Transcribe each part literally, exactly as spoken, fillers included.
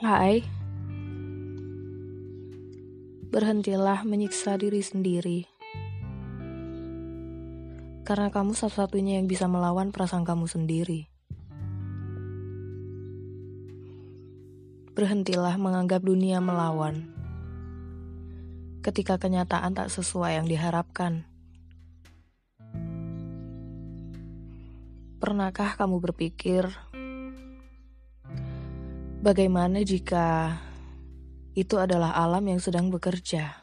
Hai, berhentilah menyiksa diri sendiri. Karena kamu satu-satunya yang bisa melawan perasaan kamu sendiri. Berhentilah menganggap dunia melawan. Ketika kenyataan tak sesuai yang diharapkan. Pernahkah kamu berpikir, bagaimana jika itu adalah alam yang sedang bekerja,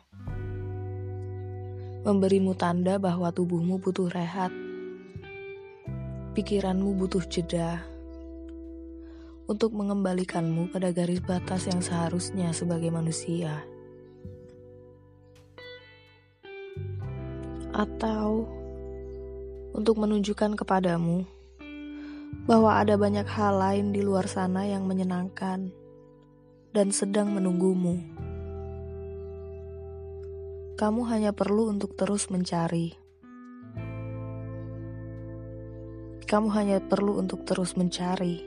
memberimu tanda bahwa tubuhmu butuh rehat, pikiranmu butuh jeda, untuk mengembalikanmu pada garis batas yang seharusnya sebagai manusia. Atau untuk menunjukkan kepadamu bahwa ada banyak hal lain di luar sana yang menyenangkan dan sedang menunggumu. Kamu hanya perlu untuk terus mencari. Kamu hanya perlu untuk terus mencari.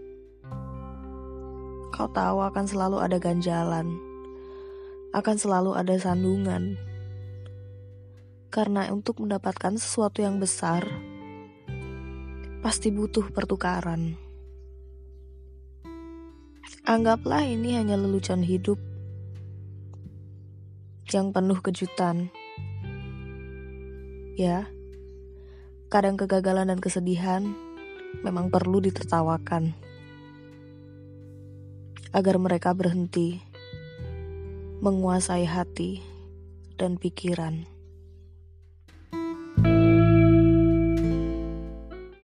Kau tahu akan selalu ada ganjalan, akan selalu ada sandungan. Karena untuk mendapatkan sesuatu yang besar, pasti butuh pertukaran. Anggaplah ini hanya lelucon hidup yang penuh kejutan. Ya, kadang kegagalan dan kesedihan memang perlu ditertawakan, agar mereka berhenti menguasai hati dan pikiran.